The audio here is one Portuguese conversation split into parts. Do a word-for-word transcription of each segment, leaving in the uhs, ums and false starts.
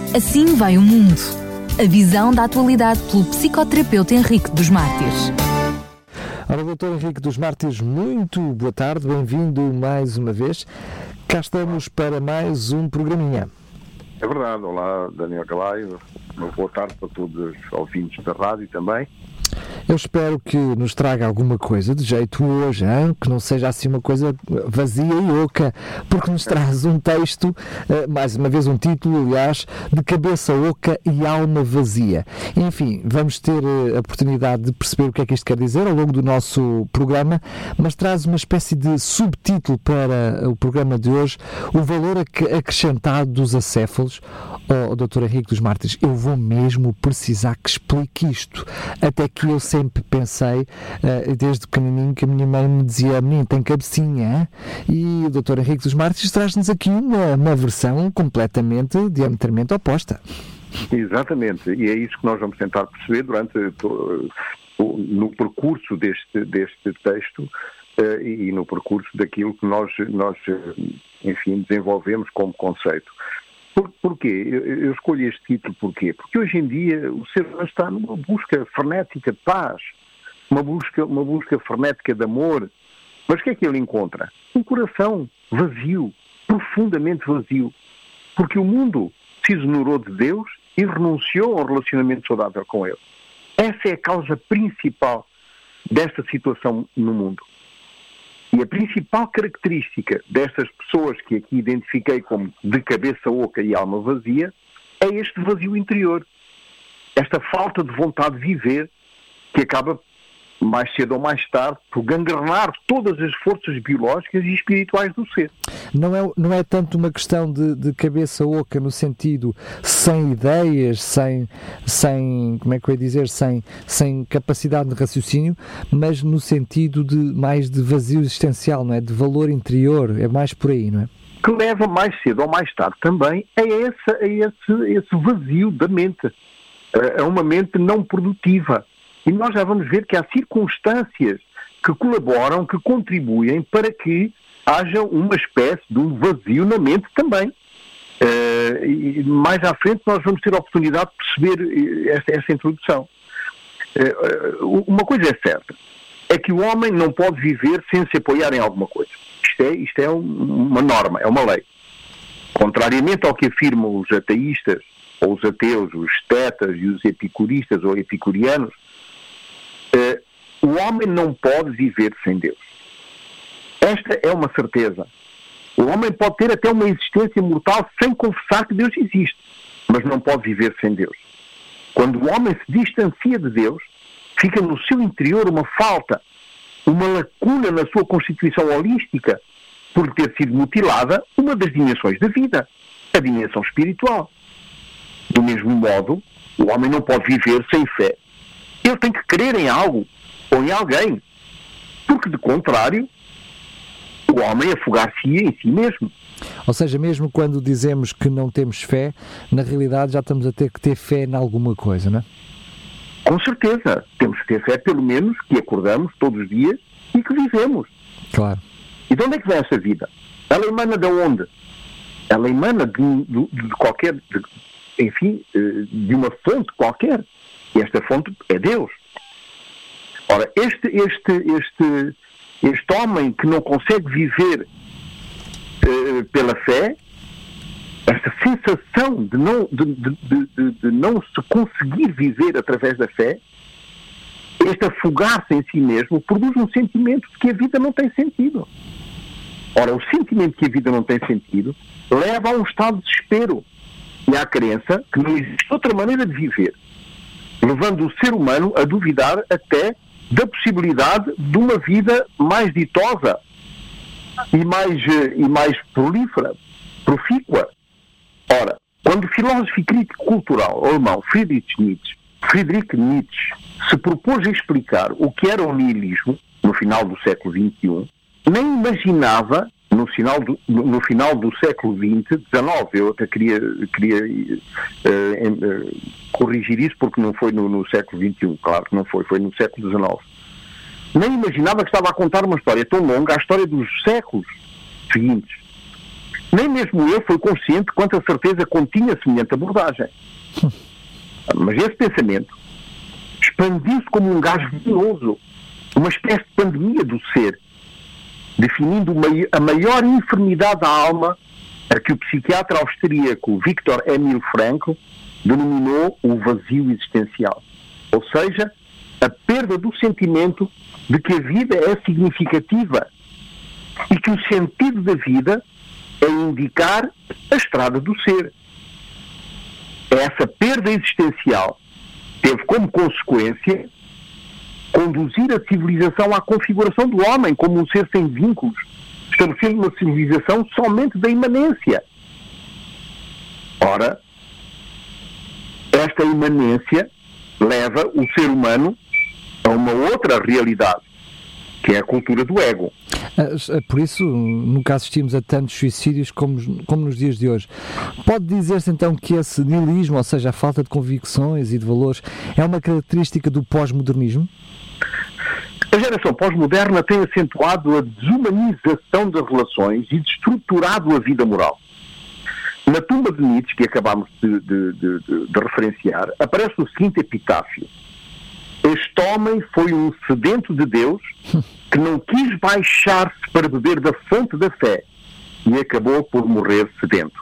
Assim vai o mundo. A visão da atualidade pelo psicoterapeuta Henrique dos Mártires. Ora, doutor Henrique dos Mártires, muito boa tarde, bem-vindo mais uma vez. Cá estamos para mais um programinha. É verdade, olá Daniel Galaio, uma boa tarde para todos os ouvintes da rádio também. Eu espero que nos traga alguma coisa de jeito hoje, hein? Que não seja assim uma coisa vazia e oca, porque nos traz um texto, uh, mais uma vez um título, aliás, de cabeça oca e alma vazia. Enfim, vamos ter uh, a oportunidade de perceber o que é que isto quer dizer ao longo do nosso programa, mas traz uma espécie de subtítulo para o programa de hoje, o valor ac- acrescentado dos acéfalos. Oh, doutor Henrique dos Mártires, eu vou mesmo precisar que explique isto, até que eu sempre pensei, uh, desde pequenininho, que a minha mãe me dizia, menino, tem cabecinha, hein? E o doutor Henrique dos Mártires traz-nos aqui uma, uma versão completamente, diametralmente oposta. Exatamente, e é isso que nós vamos tentar perceber durante to, no percurso deste, deste texto uh, e no percurso daquilo que nós, nós, enfim, desenvolvemos como conceito. Por, porquê? Eu, eu escolho este título porquê? Porque hoje em dia o ser humano está numa busca frenética de paz, uma busca, uma busca frenética de amor. Mas o que é que ele encontra? Um coração vazio, profundamente vazio. Porque o mundo se ignorou de Deus e renunciou ao relacionamento saudável com Ele. Essa é a causa principal desta situação no mundo. E a principal característica destas pessoas que aqui identifiquei como de cabeça oca e alma vazia é este vazio interior. Esta falta de vontade de viver que acaba mais cedo ou mais tarde por gangrenar todas as forças biológicas e espirituais do ser. Não é, não é tanto uma questão de, de cabeça oca no sentido sem ideias, sem, sem como é que eu ia dizer, sem, sem capacidade de raciocínio, mas no sentido de mais de vazio existencial, não é? De valor interior, é mais por aí, não é? Que leva mais cedo ou mais tarde também a, essa, a esse, esse vazio da mente, a uma mente não produtiva. E nós já vamos ver que há circunstâncias que colaboram, que contribuem para que haja uma espécie de um vazio na mente também. Uh, e mais à frente nós vamos ter a oportunidade de perceber esta, esta introdução. Uh, uma coisa é certa, é que o homem não pode viver sem se apoiar em alguma coisa. Isto é, isto é uma norma, é uma lei. Contrariamente ao que afirmam os ateístas, ou os ateus, os estetas e os epicuristas ou epicurianos, Uh, o homem não pode viver sem Deus. Esta é uma certeza. O homem pode ter até uma existência mortal sem confessar que Deus existe, mas não pode viver sem Deus. Quando o homem se distancia de Deus, fica no seu interior uma falta, uma lacuna na sua constituição holística, por ter sido mutilada uma das dimensões da vida, a dimensão espiritual. Do mesmo modo, o homem não pode viver sem fé. Ele tem que crer em algo ou em alguém, porque de contrário o homem afogar-se-ia em si mesmo. Ou seja, mesmo quando dizemos que não temos fé, na realidade já estamos a ter que ter fé em alguma coisa, não é? Com certeza, temos que ter fé, pelo menos que acordamos todos os dias e que vivemos. Claro. E de onde é que vem essa vida? Ela emana de onde? Ela emana de, de, de qualquer, de, enfim, de uma fonte qualquer. E esta fonte é Deus. Ora, este, este, este, este homem que não consegue viver uh, pela fé, esta sensação de não, de, de, de, de não se conseguir viver através da fé, este afogar-se em si mesmo, produz um sentimento de que a vida não tem sentido. Ora, o sentimento de que a vida não tem sentido leva a um estado de desespero e à crença que não existe outra maneira de viver, levando o ser humano a duvidar até da possibilidade de uma vida mais ditosa e mais, e mais prolífera, profícua. Ora, quando o filósofo e crítico cultural alemão Friedrich Nietzsche, Friedrich Nietzsche se propôs a explicar o que era o niilismo no final do século vinte e um, nem imaginava no final do, no final do século vinte, dezenove, eu até queria, queria uh, uh, corrigir isso porque não foi no, no século vinte e um, claro que não foi, foi no século dezenove. Nem imaginava que estava a contar uma história tão longa, a história dos séculos seguintes. Nem mesmo eu fui consciente quanto a certeza continha semelhante abordagem. Mas esse pensamento expandiu-se como um gás venenoso, uma espécie de pandemia do ser, definindo a maior enfermidade da alma, a que o psiquiatra austríaco Viktor Emil Frankl denominou o vazio existencial. Ou seja, a perda do sentimento de que a vida é significativa e que o sentido da vida é indicar a estrada do ser. Essa perda existencial teve como consequência conduzir a civilização à configuração do homem como um ser sem vínculos, estabelecendo uma civilização somente da imanência. Ora, esta imanência leva o ser humano a uma outra realidade, que é a cultura do ego. Por isso, nunca assistimos a tantos suicídios como, como nos dias de hoje. Pode dizer-se então que esse niilismo, ou seja, a falta de convicções e de valores, é uma característica do pós-modernismo? A geração pós-moderna tem acentuado a desumanização das relações e destruturado a vida moral. Na tumba de Nietzsche, que acabámos de, de, de, de, de referenciar, aparece o seguinte epitáfio: este homem foi um sedento de Deus que não quis baixar-se para beber da fonte da fé e acabou por morrer sedento.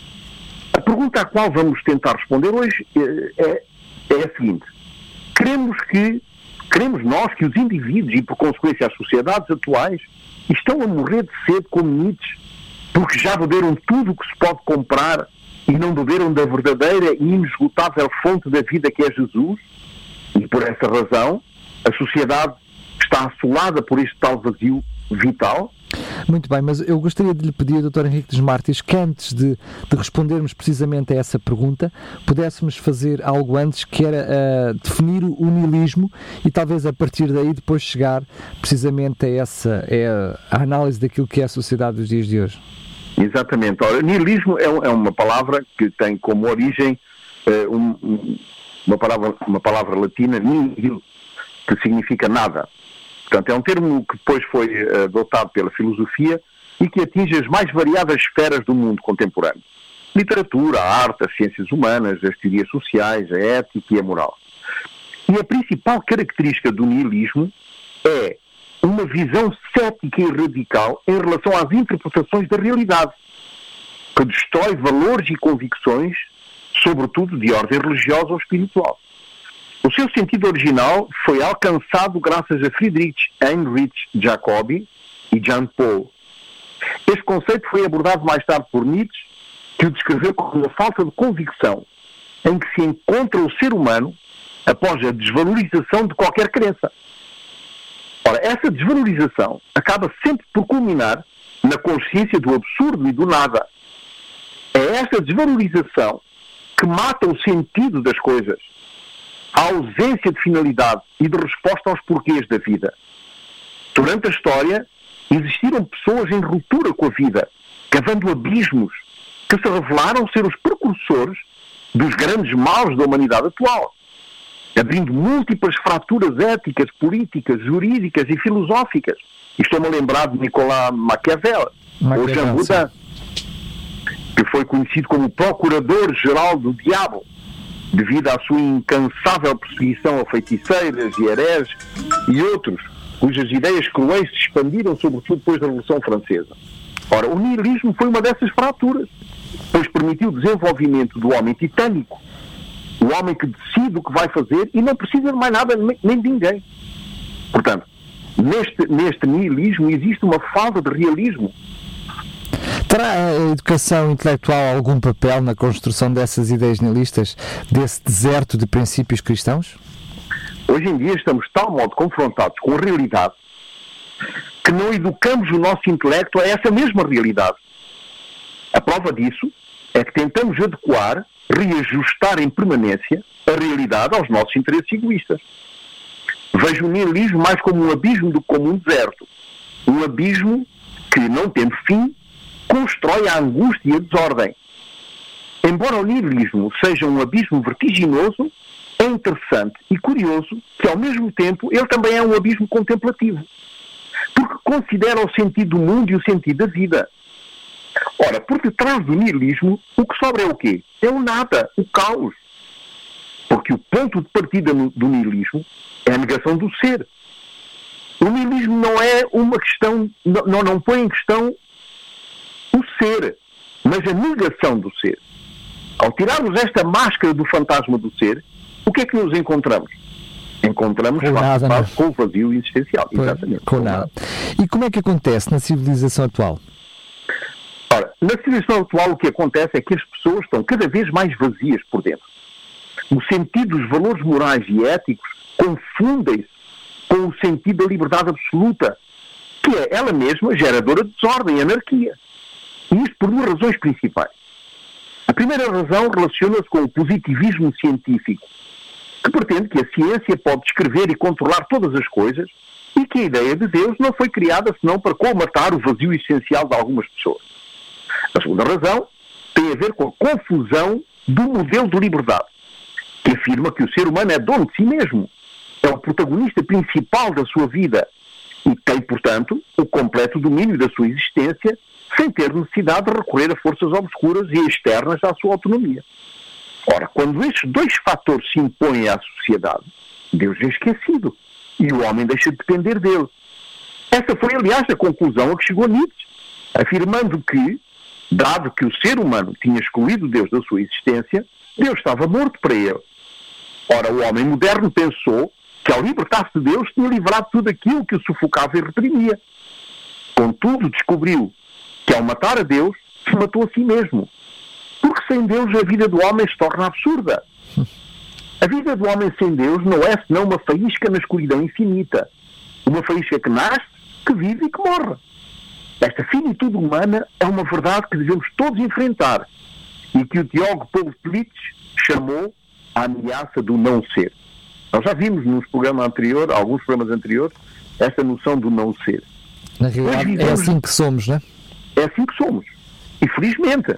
A pergunta à qual vamos tentar responder hoje é, é a seguinte: queremos que Queremos nós que os indivíduos e, por consequência, as sociedades atuais estão a morrer de sede como Nietzsche, porque já beberam tudo o que se pode comprar e não beberam da verdadeira e inesgotável fonte da vida que é Jesus? E, por essa razão, a sociedade está assolada por este tal vazio vital? Muito bem, mas eu gostaria de lhe pedir, doutor Henrique dos Mártires, que antes de, de respondermos precisamente a essa pergunta, pudéssemos fazer algo antes, que era uh, definir o niilismo e talvez a partir daí depois chegar precisamente a essa é a análise daquilo que é a sociedade dos dias de hoje. Exatamente. Ora, niilismo é, é uma palavra que tem como origem uh, um, uma, palavra, uma palavra latina, nihil, que significa nada. Portanto, é um termo que depois foi uh, adotado pela filosofia e que atinge as mais variadas esferas do mundo contemporâneo. Literatura, a arte, as ciências humanas, as teorias sociais, a ética e a moral. E a principal característica do niilismo é uma visão cética e radical em relação às interpretações da realidade, que destrói valores e convicções, sobretudo de ordem religiosa ou espiritual. O seu sentido original foi alcançado graças a Friedrich Heinrich Jacobi e Jean Paul. Este conceito foi abordado mais tarde por Nietzsche, que o descreveu como a falta de convicção em que se encontra o ser humano após a desvalorização de qualquer crença. Ora, essa desvalorização acaba sempre por culminar na consciência do absurdo e do nada. É esta desvalorização que mata o sentido das coisas, a ausência de finalidade e de resposta aos porquês da vida. Durante a história, existiram pessoas em ruptura com a vida, cavando abismos, que se revelaram ser os precursores dos grandes males da humanidade atual, abrindo múltiplas fraturas éticas, políticas, jurídicas e filosóficas. E estou-me a lembrar de Nicolas Maquiavel, ou Jean Boudin, que foi conhecido como o procurador-geral do diabo, devido à sua incansável perseguição a feiticeiras e hereges e outros, cujas ideias cruéis se expandiram, sobretudo depois da Revolução Francesa. Ora, o niilismo foi uma dessas fraturas, pois permitiu o desenvolvimento do homem titânico, o homem que decide o que vai fazer e não precisa de mais nada nem de ninguém. Portanto, neste, neste niilismo existe uma falta de realismo. Terá a educação intelectual algum papel na construção dessas ideias nihilistas, desse deserto de princípios cristãos? Hoje em dia estamos de tal modo confrontados com a realidade que não educamos o nosso intelecto a essa mesma realidade. A prova disso é que tentamos adequar, reajustar em permanência a realidade aos nossos interesses egoístas. Vejo o niilismo mais como um abismo do que como um deserto. Um abismo que, não tendo fim, constrói a angústia e a desordem. Embora o niilismo seja um abismo vertiginoso, é interessante e curioso que, ao mesmo tempo, ele também é um abismo contemplativo, porque considera o sentido do mundo e o sentido da vida. Ora, por detrás do niilismo, o que sobra é o quê? É o nada, o caos. Porque o ponto de partida do niilismo é a negação do ser. O niilismo não é uma questão, não, não põe em questão o ser, mas a negação do ser. Ao tirarmos esta máscara do fantasma do ser, o que é que nos encontramos? Encontramos com, face, nada, face, com o vazio existencial. Pois, exatamente. Com, com nada. nada. E como é que acontece na civilização atual? Ora, na civilização atual o que acontece é que as pessoas estão cada vez mais vazias por dentro. O sentido dos valores morais e éticos confundem-se com o sentido da liberdade absoluta, que é ela mesma geradora de desordem e anarquia. E isto por duas razões principais. A primeira razão relaciona-se com o positivismo científico, que pretende que a ciência pode descrever e controlar todas as coisas e que a ideia de Deus não foi criada senão para colmatar o vazio essencial de algumas pessoas. A segunda razão tem a ver com a confusão do modelo de liberdade, que afirma que o ser humano é dono de si mesmo, é o protagonista principal da sua vida e tem, portanto, o completo domínio da sua existência sem ter necessidade de recorrer a forças obscuras e externas à sua autonomia. Ora, quando estes dois fatores se impõem à sociedade, Deus é esquecido e o homem deixa de depender dele. Essa foi, aliás, a conclusão a que chegou Nietzsche, afirmando que, dado que o ser humano tinha excluído Deus da sua existência, Deus estava morto para ele. Ora, o homem moderno pensou que, ao libertar-se de Deus, tinha livrado tudo aquilo que o sufocava e reprimia. Contudo, descobriu que, ao matar a Deus, se matou a si mesmo. Porque sem Deus a vida do homem se torna absurda. A vida do homem sem Deus não é senão uma faísca na escuridão infinita. Uma faísca que nasce, que vive e que morre. Esta finitude humana é uma verdade que devemos todos enfrentar e que o teólogo Paulo Tillich chamou a ameaça do não ser. Nós já vimos nos programas anteriores, alguns programas anteriores, esta noção do não ser. Na realidade vivemos, é assim que somos, não é? É assim que somos. E felizmente.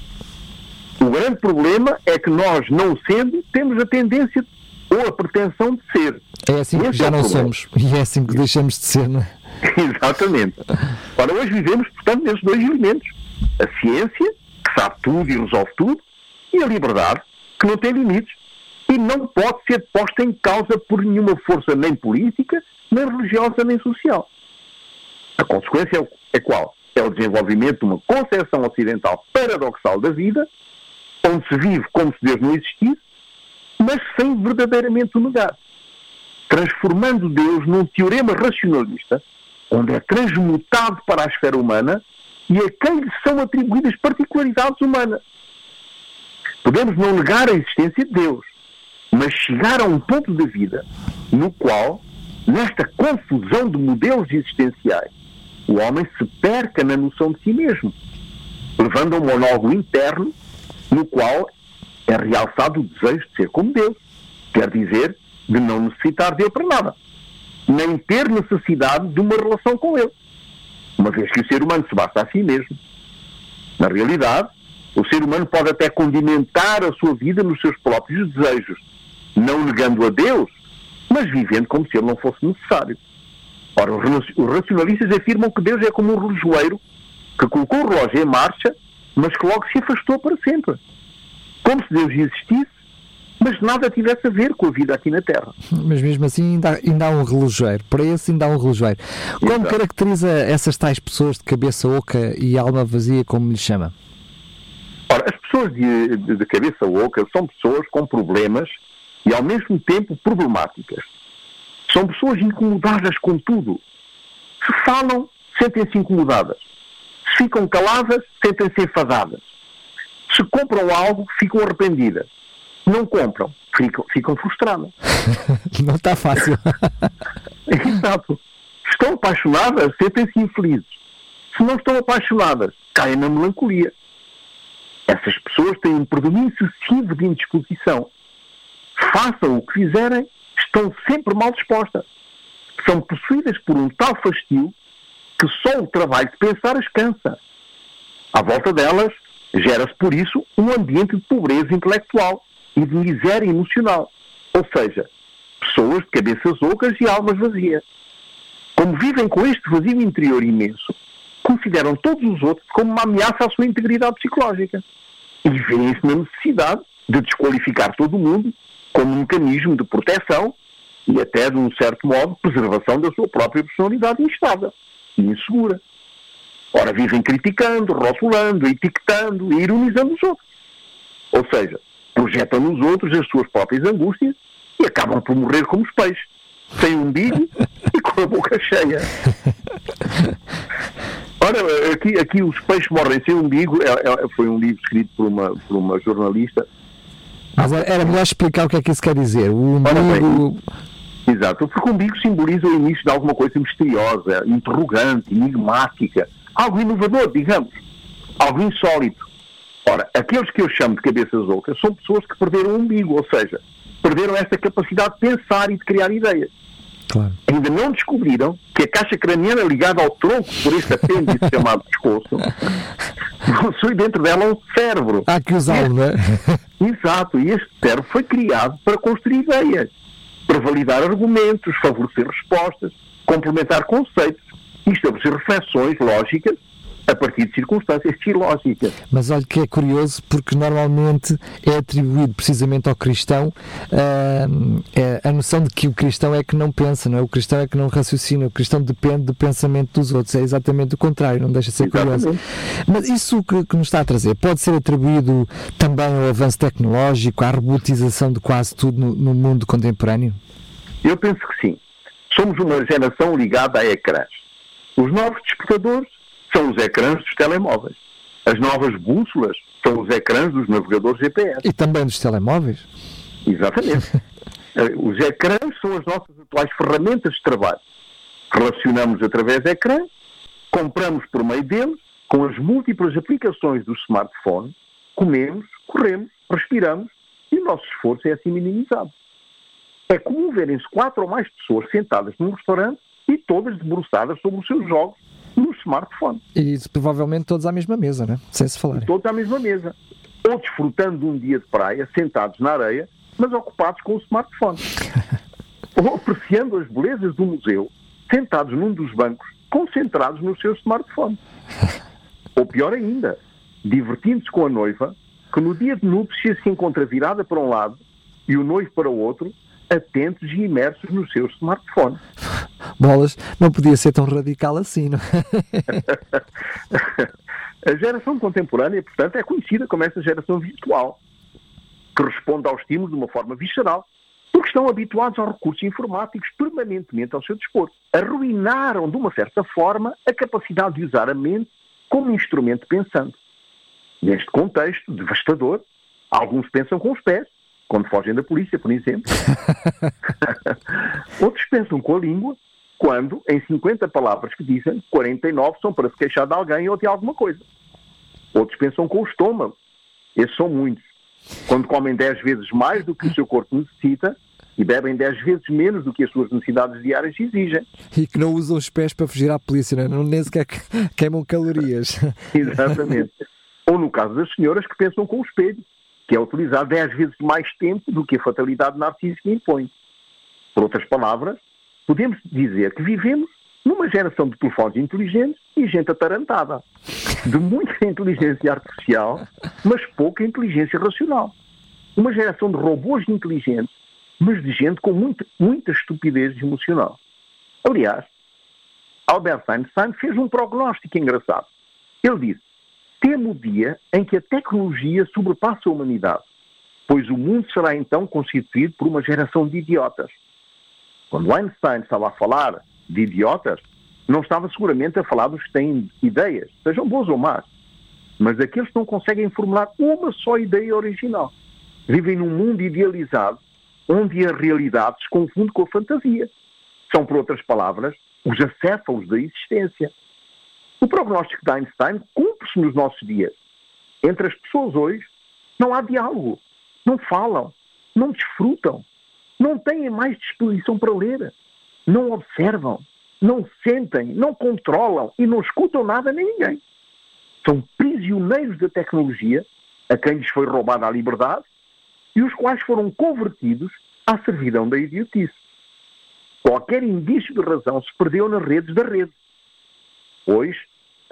O grande problema é que nós, não sendo, temos a tendência ou a pretensão de ser. É assim que Esse já é não somos. E é assim que deixamos de ser, não é? Exatamente. Ora, hoje vivemos, portanto, nesses dois elementos. A ciência, que sabe tudo e resolve tudo, e a liberdade, que não tem limites. E não pode ser posta em causa por nenhuma força nem política, nem religiosa, nem social. A consequência é qual? É o desenvolvimento de uma concepção ocidental paradoxal da vida, onde se vive como se Deus não existisse, mas sem verdadeiramente o negar. Transformando Deus num teorema racionalista, onde é transmutado para a esfera humana e a quem lhe são atribuídas particularidades humanas. Podemos não negar a existência de Deus, mas chegar a um ponto da vida no qual, nesta confusão de modelos existenciais, o homem se perca na noção de si mesmo, levando a um monólogo interno no qual é realçado o desejo de ser como Deus, quer dizer, de não necessitar dele para nada, nem ter necessidade de uma relação com ele, uma vez que o ser humano se basta a si mesmo. Na realidade, o ser humano pode até condimentar a sua vida nos seus próprios desejos, não negando a Deus, mas vivendo como se ele não fosse necessário. Ora, os racionalistas afirmam que Deus é como um relojoeiro que colocou o relógio em marcha, mas que logo se afastou para sempre. Como se Deus existisse, mas nada tivesse a ver com a vida aqui na Terra. Mas mesmo assim ainda, ainda há um relojoeiro. Para esse ainda há um relojoeiro. Como Exato. Caracteriza essas tais pessoas de cabeça oca e alma vazia, como lhe chama? Ora, as pessoas de, de, de cabeça oca são pessoas com problemas e ao mesmo tempo problemáticas. São pessoas incomodadas com tudo. Se falam, sentem-se incomodadas. Se ficam caladas, sentem-se enfadadas. Se compram algo, ficam arrependidas. Não compram, ficam, ficam frustradas. Não está fácil. Exato. Estão apaixonadas, sentem-se infelizes. Se não estão apaixonadas, caem na melancolia. Essas pessoas têm um predomínio excessivo de indisposição. Façam o que fizerem, estão sempre mal dispostas. São possuídas por um tal fastio que só o trabalho de pensar as cansa. À volta delas, gera-se por isso um ambiente de pobreza intelectual e de miséria emocional. Ou seja, pessoas de cabeças ocas e almas vazias. Como vivem com este vazio interior imenso, como consideram todos os outros como uma ameaça à sua integridade psicológica. E veem-se na necessidade de desqualificar todo o mundo como um mecanismo de proteção e até, de um certo modo, preservação da sua própria personalidade instável e insegura. Ora, vivem criticando, rotulando, etiquetando e ironizando os outros. Ou seja, projetam nos outros as suas próprias angústias e acabam por morrer como os peixes, sem umbigo e com a boca cheia. Ora, aqui, aqui os peixes morrem sem umbigo, é, é, foi um livro escrito por uma, por uma jornalista. Mas era melhor explicar o que é que isso quer dizer. O umbigo... Exato, porque o umbigo simboliza o início de alguma coisa misteriosa, interrogante, enigmática, algo inovador, digamos, algo insólito. Ora, aqueles que eu chamo de cabeças ocas são pessoas que perderam o umbigo, ou seja, perderam essa capacidade de pensar e de criar ideias. Claro. Ainda não descobriram que a caixa craniana ligada ao tronco por este apêndice chamado pescoço possui dentro dela um cérebro. Há que usá-lo, não é? Exato, e este cérebro foi criado para construir ideias, para validar argumentos, favorecer respostas, complementar conceitos e estabelecer reflexões lógicas a partir de circunstâncias ilógicas. Mas olha que é curioso, porque normalmente é atribuído precisamente ao cristão uh, é a noção de que o cristão é que não pensa, não é? O cristão é que não raciocina, o cristão depende do pensamento dos outros, é exatamente o contrário, não deixa de ser Exatamente. curioso. Mas isso que, que nos está a trazer pode ser atribuído também ao avanço tecnológico, à robotização de quase tudo no, no mundo contemporâneo? Eu penso que sim. Somos uma geração ligada a ecrãs. Os novos despertadores são os ecrãs dos telemóveis. As novas bússolas são os ecrãs dos navegadores G P S. E também dos telemóveis? Exatamente. Os ecrãs são as nossas atuais ferramentas de trabalho. Relacionamos através de ecrãs, compramos por meio deles, com as múltiplas aplicações do smartphone, comemos, corremos, respiramos e o nosso esforço é assim minimizado. É comum verem-se quatro ou mais pessoas sentadas num restaurante e todas debruçadas sobre os seus jogos no smartphone. E isso, provavelmente todos à mesma mesa, né? Sem se falar. Todos à mesma mesa. Ou desfrutando de um dia de praia, sentados na areia, mas ocupados com o smartphone. Ou apreciando as belezas do museu, sentados num dos bancos, concentrados no seu smartphone. Ou pior ainda, divertindo-se com a noiva, que no dia de núpcias se encontra virada para um lado e o noivo para o outro, atentos e imersos no seu smartphone. Bolas, não podia ser tão radical assim, não é? A geração contemporânea, portanto, é conhecida como essa geração virtual, que responde ao estímulo de uma forma visceral, porque estão habituados aos recursos informáticos permanentemente ao seu dispor. Arruinaram, de uma certa forma, a capacidade de usar a mente como instrumento pensante. Neste contexto devastador, alguns pensam com os pés, quando fogem da polícia, por exemplo. Outros pensam com a língua, quando, em cinquenta palavras que dizem, quarenta e nove são para se queixar de alguém ou de alguma coisa. Outros pensam com o estômago. Esses são muitos. Quando comem dez vezes mais do que o seu corpo necessita e bebem dez vezes menos do que as suas necessidades diárias exigem. E que não usam os pés para fugir à polícia, não, não nem sequer queimam calorias. Exatamente. Ou no caso das senhoras que pensam com o espelho, que é utilizar dez vezes mais tempo do que a fatalidade narcísica impõe. Por outras palavras, podemos dizer que vivemos numa geração de telefones inteligentes e gente atarantada. De muita inteligência artificial, mas pouca inteligência racional. Uma geração de robôs inteligentes, mas de gente com muita, muita estupidez emocional. Aliás, Albert Einstein fez um prognóstico engraçado. Ele disse: temo o dia em que a tecnologia sobrepassa a humanidade, pois o mundo será então constituído por uma geração de idiotas. Quando Einstein estava a falar de idiotas, não estava seguramente a falar dos que têm ideias, sejam boas ou más, mas daqueles que não conseguem formular uma só ideia original. Vivem num mundo idealizado, onde a realidade se confunde com a fantasia. São, por outras palavras, os acéfalos da existência. O prognóstico de Einstein cumpre-se nos nossos dias. Entre as pessoas hoje, não há diálogo, não falam, não desfrutam, não têm mais disposição para ler, não observam, não sentem, não controlam e não escutam nada nem ninguém. São prisioneiros da tecnologia, a quem lhes foi roubada a liberdade, e os quais foram convertidos à servidão da idiotice. Qualquer indício de razão se perdeu nas redes da rede. Hoje,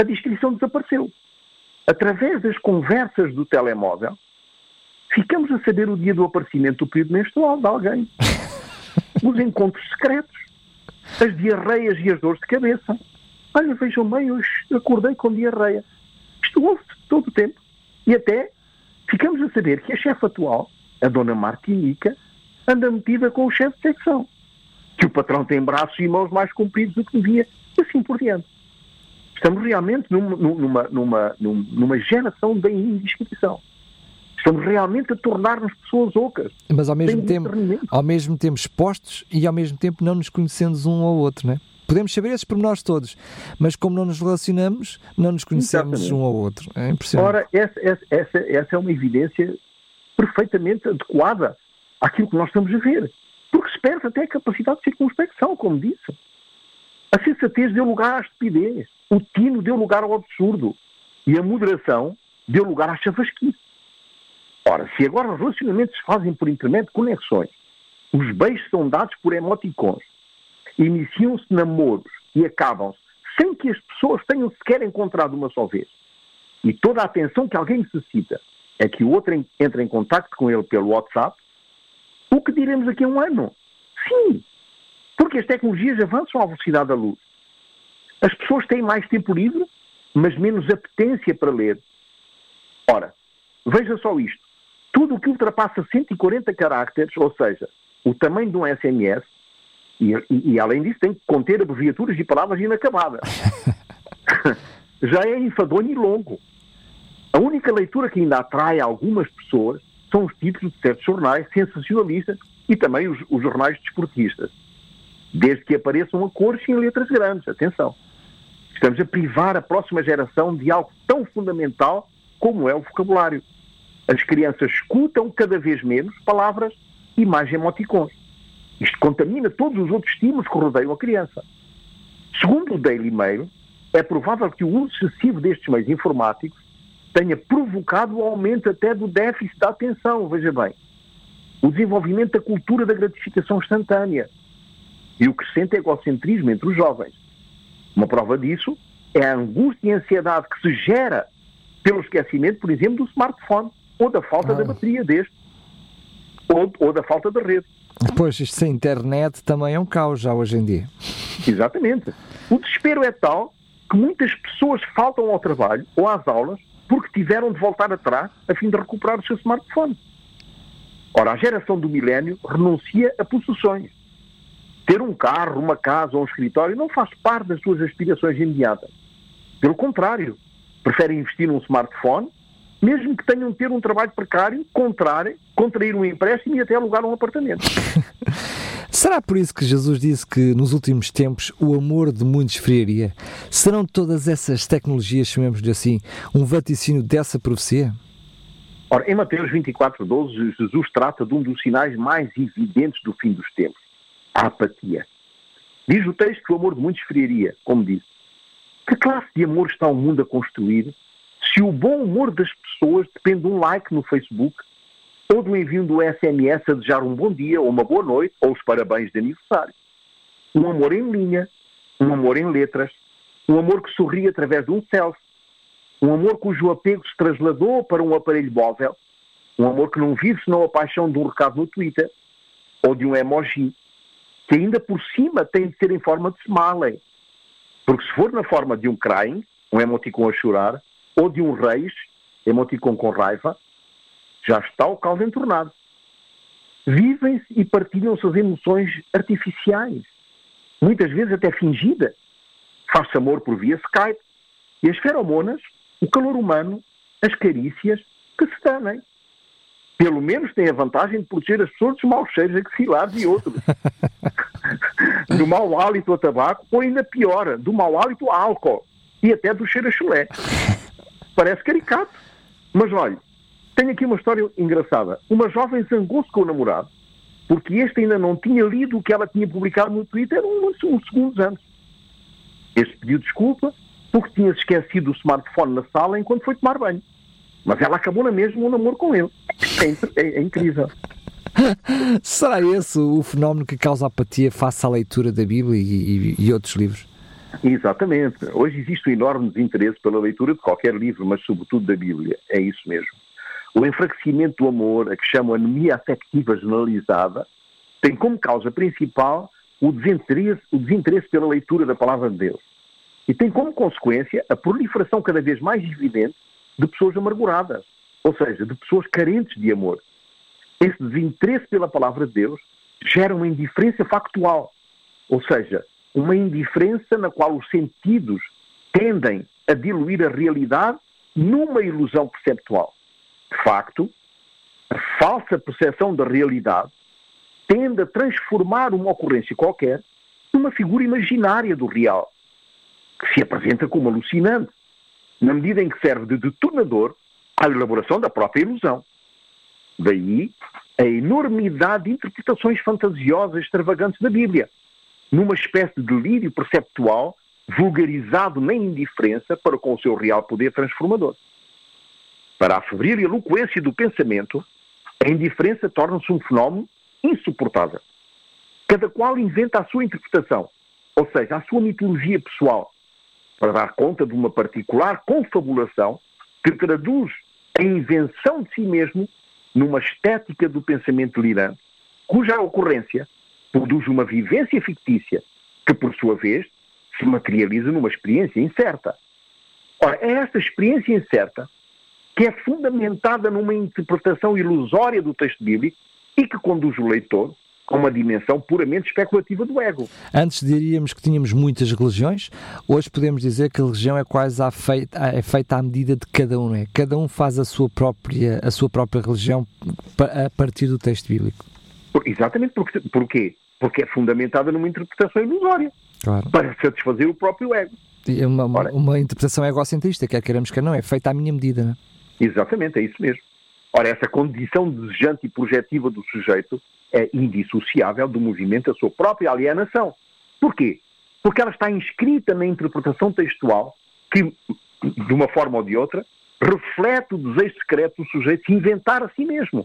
a descrição desapareceu. Através das conversas do telemóvel, ficamos a saber o dia do aparecimento do período menstrual de alguém. Os encontros secretos, as diarreias e as dores de cabeça. Olha, vejam bem, hoje acordei com diarreia. Isto ouve-se todo o tempo. E até ficamos a saber que a chefe atual, a dona Martinica, anda metida com o chefe de secção. Que o patrão tem braços e mãos mais compridos do que devia, e assim por diante. Estamos realmente numa, numa, numa, numa geração da indiscrição. Estamos realmente a tornar-nos pessoas ocas. Mas ao mesmo tempo, ao mesmo tempo expostos e ao mesmo tempo não nos conhecemos um ao outro, não é? Podemos saber esses pormenores todos, mas como não nos relacionamos, não nos conhecemos Exatamente. um ao outro. É impressionante. Ora, essa, essa, essa, essa é uma evidência perfeitamente adequada àquilo que nós estamos a ver. Porque se perde até a capacidade de circunspecção, como disse. A sensatez deu lugar à estupidez. O tino deu lugar ao absurdo. E a moderação deu lugar à chavasquice. Ora, se agora os relacionamentos se fazem por intermédio de conexões, os beijos são dados por emoticons, iniciam-se namoros e acabam-se sem que as pessoas tenham sequer encontrado uma só vez, e toda a atenção que alguém necessita é que o outro entre em contacto com ele pelo WhatsApp, o que diremos daqui a um ano? Sim, porque as tecnologias avançam à velocidade da luz. As pessoas têm mais tempo livre, mas menos apetência para ler. Ora, veja só isto. Tudo o que ultrapassa cento e quarenta caracteres, ou seja, o tamanho de um S M S, e, e, e além disso tem que conter abreviaturas e palavras inacabadas, já é enfadonho e longo. A única leitura que ainda atrai algumas pessoas são os títulos de certos jornais sensacionalistas e também os, os jornais desportistas. Desde que apareçam a cores em letras grandes. Atenção. Estamos a privar a próxima geração de algo tão fundamental como é o vocabulário. As crianças escutam cada vez menos palavras e mais emoticons. Isto contamina todos os outros estímulos que rodeiam a criança. Segundo o Daily Mail, é provável que o uso excessivo destes meios informáticos tenha provocado o aumento até do déficit da atenção, veja bem. O desenvolvimento da cultura da gratificação instantânea e o crescente egocentrismo entre os jovens. Uma prova disso é a angústia e a ansiedade que se gera pelo esquecimento, por exemplo, do smartphone, ou da falta ah. da bateria deste, ou, ou da falta da rede. Pois, isto sem internet também é um caos já hoje em dia. Exatamente. O desespero é tal que muitas pessoas faltam ao trabalho ou às aulas porque tiveram de voltar atrás a fim de recuperar o seu smartphone. Ora, a geração do milénio renuncia a possessões. Ter um carro, uma casa ou um escritório não faz parte das suas aspirações imediatas. Pelo contrário, preferem investir num smartphone, mesmo que tenham de ter um trabalho precário, contrair, contrair um empréstimo e até alugar um apartamento. Será por isso que Jesus disse que nos últimos tempos o amor de muitos esfriaria? Serão todas essas tecnologias, chamemos-lhe assim, um vaticínio dessa profecia? Ora, em Mateus vinte e quatro, doze, Jesus trata de um dos sinais mais evidentes do fim dos tempos, a apatia. Diz o texto que o amor de muitos esfriaria, como disse. Que classe de amor está o mundo a construir se o bom humor das pessoas depende de um like no Facebook ou do envio do S M S a desejar um bom dia ou uma boa noite ou os parabéns de aniversário? Um amor em linha, um amor em letras, um amor que sorri através de um selfie, um amor cujo apego se trasladou para um aparelho móvel, um amor que não vive senão a paixão de um recado no Twitter ou de um emoji, que ainda por cima tem de ser em forma de smiley. Porque se for na forma de um crying, um emoticon a chorar, ou de um reis, emoticon com raiva, já está o caldo entornado. Vivem-se e partilham-se as emoções artificiais, muitas vezes até fingidas. Faz-se amor por via Skype, e as feromonas, o calor humano, as carícias, que se danem. Pelo menos tem a vantagem de proteger as pessoas dos maus cheiros axilares e outros. Do mau hálito a tabaco, ou ainda pior, do mau hálito a álcool, e até do cheiro a chulé. Parece caricato, mas olha, tenho aqui uma história engraçada. Uma jovem zangou-se com o namorado, porque este ainda não tinha lido o que ela tinha publicado no Twitter uns, uns segundos antes. Este pediu desculpa, porque tinha-se esquecido o smartphone na sala enquanto foi tomar banho. Mas ela acabou na mesma um namoro com ele. É, é, é incrível. Será esse o fenómeno que causa apatia face à leitura da Bíblia e, e, e outros livros? Exatamente. Hoje existe um enorme desinteresse pela leitura de qualquer livro, mas sobretudo da Bíblia. É isso mesmo. O enfraquecimento do amor, a que chamam anemia afectiva generalizada, tem como causa principal o desinteresse, o desinteresse pela leitura da Palavra de Deus. E tem como consequência a proliferação cada vez mais evidente de pessoas amarguradas, ou seja, de pessoas carentes de amor. Esse desinteresse pela Palavra de Deus gera uma indiferença factual, ou seja, uma indiferença na qual os sentidos tendem a diluir a realidade numa ilusão perceptual. De facto, a falsa percepção da realidade tende a transformar uma ocorrência qualquer numa figura imaginária do real, que se apresenta como alucinante, na medida em que serve de detonador à elaboração da própria ilusão. Daí a enormidade de interpretações fantasiosas extravagantes da Bíblia, numa espécie de delírio perceptual vulgarizado na indiferença para com o seu real poder transformador. Para a febril eloquência do pensamento, a indiferença torna-se um fenómeno insuportável. Cada qual inventa a sua interpretação, ou seja, a sua mitologia pessoal, para dar conta de uma particular confabulação que traduz a invenção de si mesmo numa estética do pensamento delirante, cuja ocorrência produz uma vivência fictícia que, por sua vez, se materializa numa experiência incerta. Ora, é esta experiência incerta que é fundamentada numa interpretação ilusória do texto bíblico e que conduz o leitor a uma dimensão puramente especulativa do ego. Antes diríamos que tínhamos muitas religiões, hoje podemos dizer que a religião é quase feita, é feita à medida de cada um, não é? Cada um faz a sua própria, a sua própria religião a partir do texto bíblico. Exatamente. Porque, porquê? Porque é fundamentada numa interpretação ilusória, claro, para satisfazer o próprio ego. É uma, uma, uma interpretação egocentrista, quer queiramos que não, é feita à minha medida, não é? Exatamente, é isso mesmo. Ora, essa condição desejante e projetiva do sujeito é indissociável do movimento da sua própria alienação. Porquê? Porque ela está inscrita na interpretação textual que, de uma forma ou de outra, reflete o desejo secreto do sujeito de inventar a si mesmo.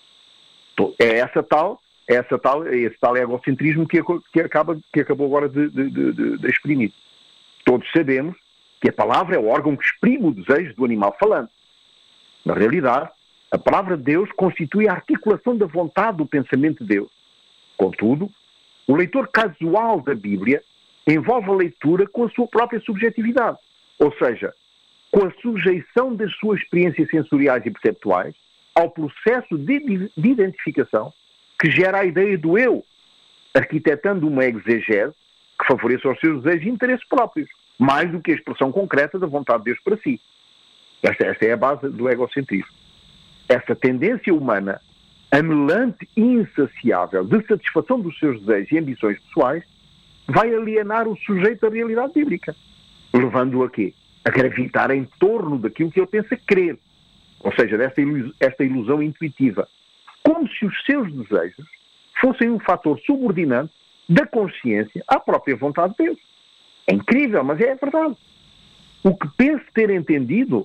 É essa tal, é essa tal, é esse tal egocentrismo que, que, acaba, que acabou agora de, de, de, de exprimir. Todos sabemos que a palavra é o órgão que exprime o desejo do animal falante. Na realidade, a palavra de Deus constitui a articulação da vontade do pensamento de Deus. Contudo, o leitor casual da Bíblia envolve a leitura com a sua própria subjetividade, ou seja, com a sujeição das suas experiências sensoriais e perceptuais ao processo de, de identificação que gera a ideia do eu, arquitetando uma exegese que favoreça os seus desejos e interesses próprios, mais do que a expressão concreta da vontade de Deus para si. Esta, esta é a base do egocentrismo. Essa tendência humana, anelante e insaciável de satisfação dos seus desejos e ambições pessoais, vai alienar o sujeito da realidade bíblica, levando-o a quê? A gravitar em torno daquilo que ele pensa crer, ou seja, desta ilusão, esta ilusão intuitiva, como se os seus desejos fossem um fator subordinante da consciência à própria vontade de Deus. É incrível, mas é verdade. O que penso ter entendido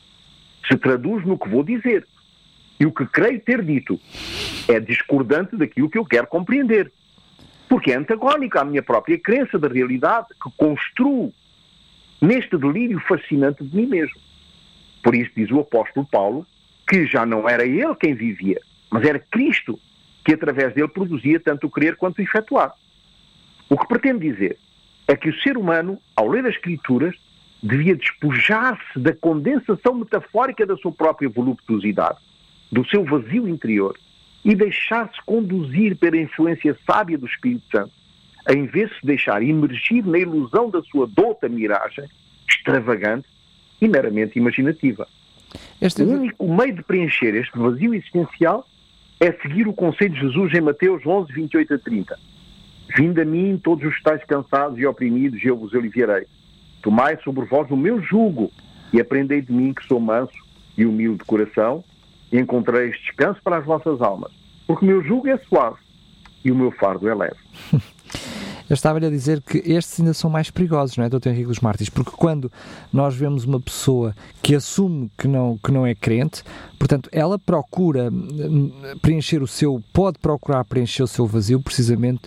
se traduz no que vou dizer. E o que creio ter dito é discordante daquilo que eu quero compreender. Porque é antagónico à minha própria crença da realidade que construo neste delírio fascinante de mim mesmo. Por isso diz o apóstolo Paulo que já não era ele quem vivia, mas era Cristo que através dele produzia tanto o querer quanto o efetuar. O que pretendo dizer é que o ser humano, ao ler as Escrituras, devia despojar-se da condensação metafórica da sua própria voluptuosidade, do seu vazio interior, e deixar-se conduzir pela influência sábia do Espírito Santo, em vez de se deixar imergir na ilusão da sua douta miragem, extravagante e meramente imaginativa. Este... O único meio de preencher este vazio existencial é seguir o conselho de Jesus em Mateus onze, vinte e oito a trinta. Vinde a mim todos os que estáis cansados e oprimidos, e eu vos aliviarei. Tomai sobre vós o meu jugo e aprendei de mim que sou manso e humilde de coração, e encontrareis descanso para as vossas almas, porque o meu jugo é suave e o meu fardo é leve. Eu estava-lhe a dizer que estes ainda são mais perigosos, não é, doutor Henrique dos Mártires? Porque quando nós vemos uma pessoa que assume que não, que não é crente, portanto, ela procura preencher o seu, pode procurar preencher o seu vazio precisamente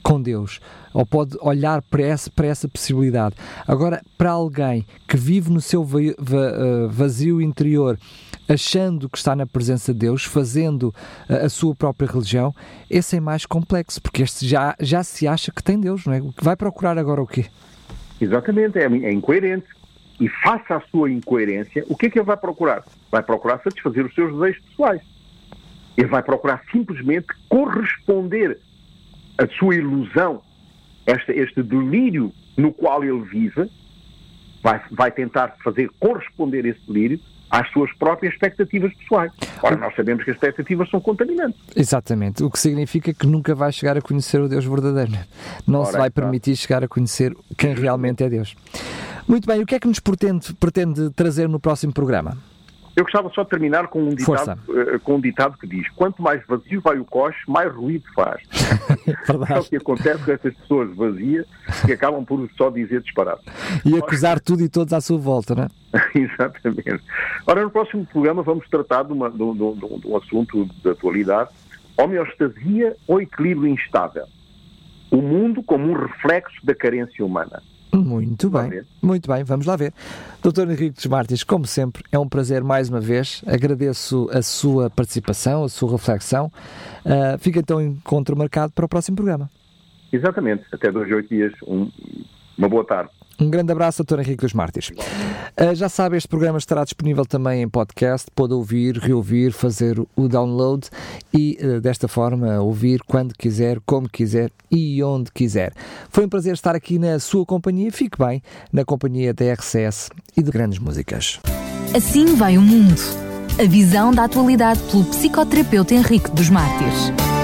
com Deus, ou pode olhar para essa, para essa possibilidade. Agora, para alguém que vive no seu va- va- vazio interior, achando que está na presença de Deus, fazendo a, a sua própria religião, esse é mais complexo, porque este já, já se acha que tem Deus, não é? Vai procurar agora o quê? Exatamente, é, é incoerente. E face à sua incoerência, o que é que ele vai procurar? Vai procurar satisfazer os seus desejos pessoais. Ele vai procurar simplesmente corresponder à sua ilusão, este, este delírio no qual ele vive, vai, vai tentar fazer corresponder esse delírio às suas próprias expectativas pessoais. Ora, nós sabemos que as expectativas são contaminantes. Exatamente, o que significa que nunca vai chegar a conhecer o Deus verdadeiro. Não Ora, se vai permitir tá. chegar a conhecer quem realmente é Deus. Muito bem, o que é que nos pretende, pretende trazer no próximo programa? Eu gostava só de terminar com um ditado, uh, com um ditado que diz: quanto mais vazio vai o coche, mais ruído faz. É o que acontece com essas pessoas vazias que acabam por só dizer disparado. E acusar tudo e todos à sua volta, não é? Exatamente. Ora, no próximo programa vamos tratar de, uma, de, um, de, um, de um assunto de atualidade: homeostasia ou equilíbrio instável. O mundo como um reflexo da carência humana. Muito bem, muito bem, vamos lá ver. doutor Henrique dos Mártires, como sempre, é um prazer mais uma vez. Agradeço a sua participação, a sua reflexão. Uh, fica então o encontro marcado para o próximo programa. Exatamente, até dois a oito dias. Um, uma boa tarde. Um grande abraço, doutor Henrique dos Mártires. Uh, já sabe, este programa estará disponível também em podcast, pode ouvir, reouvir, fazer o download e, uh, desta forma, ouvir quando quiser, como quiser e onde quiser. Foi um prazer estar aqui na sua companhia. Fique bem na companhia da R C S e de grandes músicas. Assim vai o mundo. A visão da atualidade pelo psicoterapeuta Henrique dos Mártires.